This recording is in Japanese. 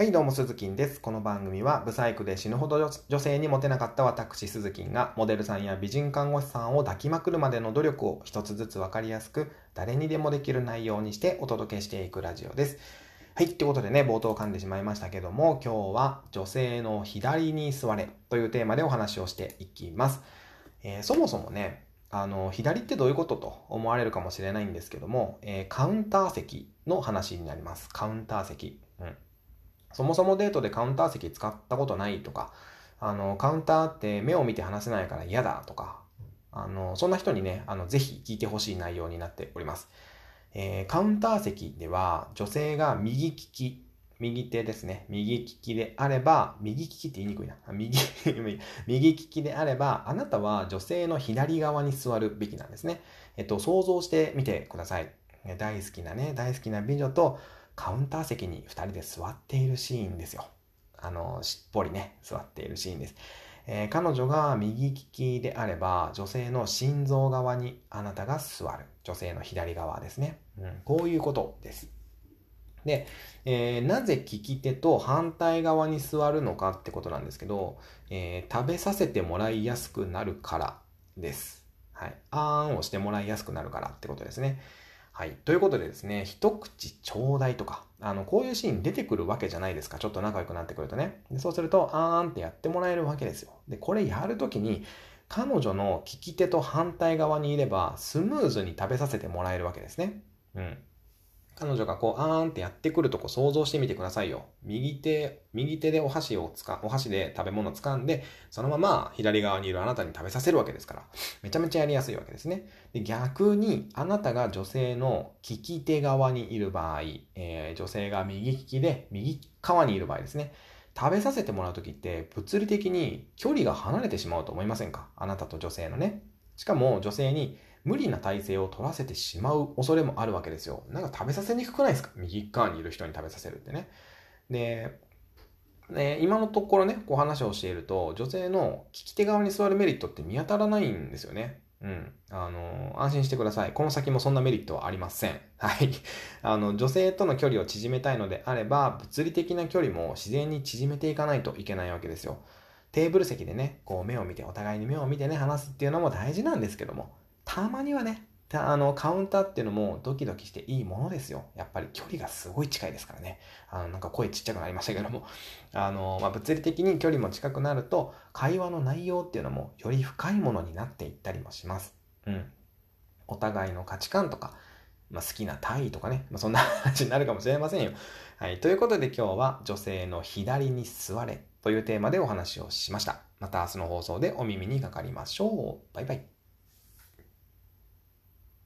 はい、どうも、鈴木です。この番組は、ブサイクで死ぬほど女性にモテなかった私、鈴木が、モデルさんや美人看護師さんを抱きまくるまでの努力を一つずつわかりやすく、誰にでもできる内容にしてお届けしていくラジオです。はい、ということでね、冒頭噛んでしまいましたけども、今日は、女性の左に座れというテーマでお話をしていきます。そもそもね、左ってどういうことと思われるかもしれないんですけども、カウンター席の話になります。カウンター席。そもそもデートでカウンター席使ったことないとか、カウンターって目を見て話せないから嫌だとか、そんな人にね、ぜひ聞いてほしい内容になっております。カウンター席では女性が右手ですね。右利きであれば、右利きって言いにくいな。右利きであれば、あなたは女性の左側に座るべきなんですね。想像してみてください。大好きな美女とカウンター席に2人で座っているシーンですよ。しっぽりね、座っているシーンです。彼女が右利きであれば、女性の心臓側にあなたが座る。女性の左側ですね。こういうことです。で、なぜ利き手と反対側に座るのかってことなんですけど、食べさせてもらいやすくなるからです。はい。あーんをしてもらいやすくなるからってことですね。はい。ということでですね、一口ちょうだいとか、こういうシーン出てくるわけじゃないですか。ちょっと仲良くなってくるとね。でそうすると、あーんってやってもらえるわけですよ。で、これやるときに、彼女の利き手と反対側にいれば、スムーズに食べさせてもらえるわけですね。彼女がこう、あーんってやってくるとこ想像してみてくださいよ。右手でお箸で食べ物を掴んで、そのまま左側にいるあなたに食べさせるわけですから。めちゃめちゃやりやすいわけですね。で、逆に、あなたが女性の利き手側にいる場合、女性が右利きで右側にいる場合ですね。食べさせてもらうときって物理的に距離が離れてしまうと思いませんか？あなたと女性のね。しかも女性に無理な体勢を取らせてしまう恐れもあるわけですよ。なんか食べさせにくくないですか？右側にいる人に食べさせるってね。で、今のところね、こう話をしていると、女性の利き手側に座るメリットって見当たらないんですよね。安心してください。この先もそんなメリットはありません。はい。女性との距離を縮めたいのであれば、物理的な距離も自然に縮めていかないといけないわけですよ。テーブル席でね、こうお互いに目を見てね、話すっていうのも大事なんですけども、たまにはね、カウンターっていうのもドキドキしていいものですよ。やっぱり距離がすごい近いですからね。なんか声ちっちゃくなりましたけども。物理的に距離も近くなると、会話の内容っていうのもより深いものになっていったりもします。お互いの価値観とか、好きな体位とかね、そんな話になるかもしれませんよ。はい。ということで今日は女性の左に座れというテーマでお話をしました。また明日の放送でお耳にかかりましょう。バイバイ。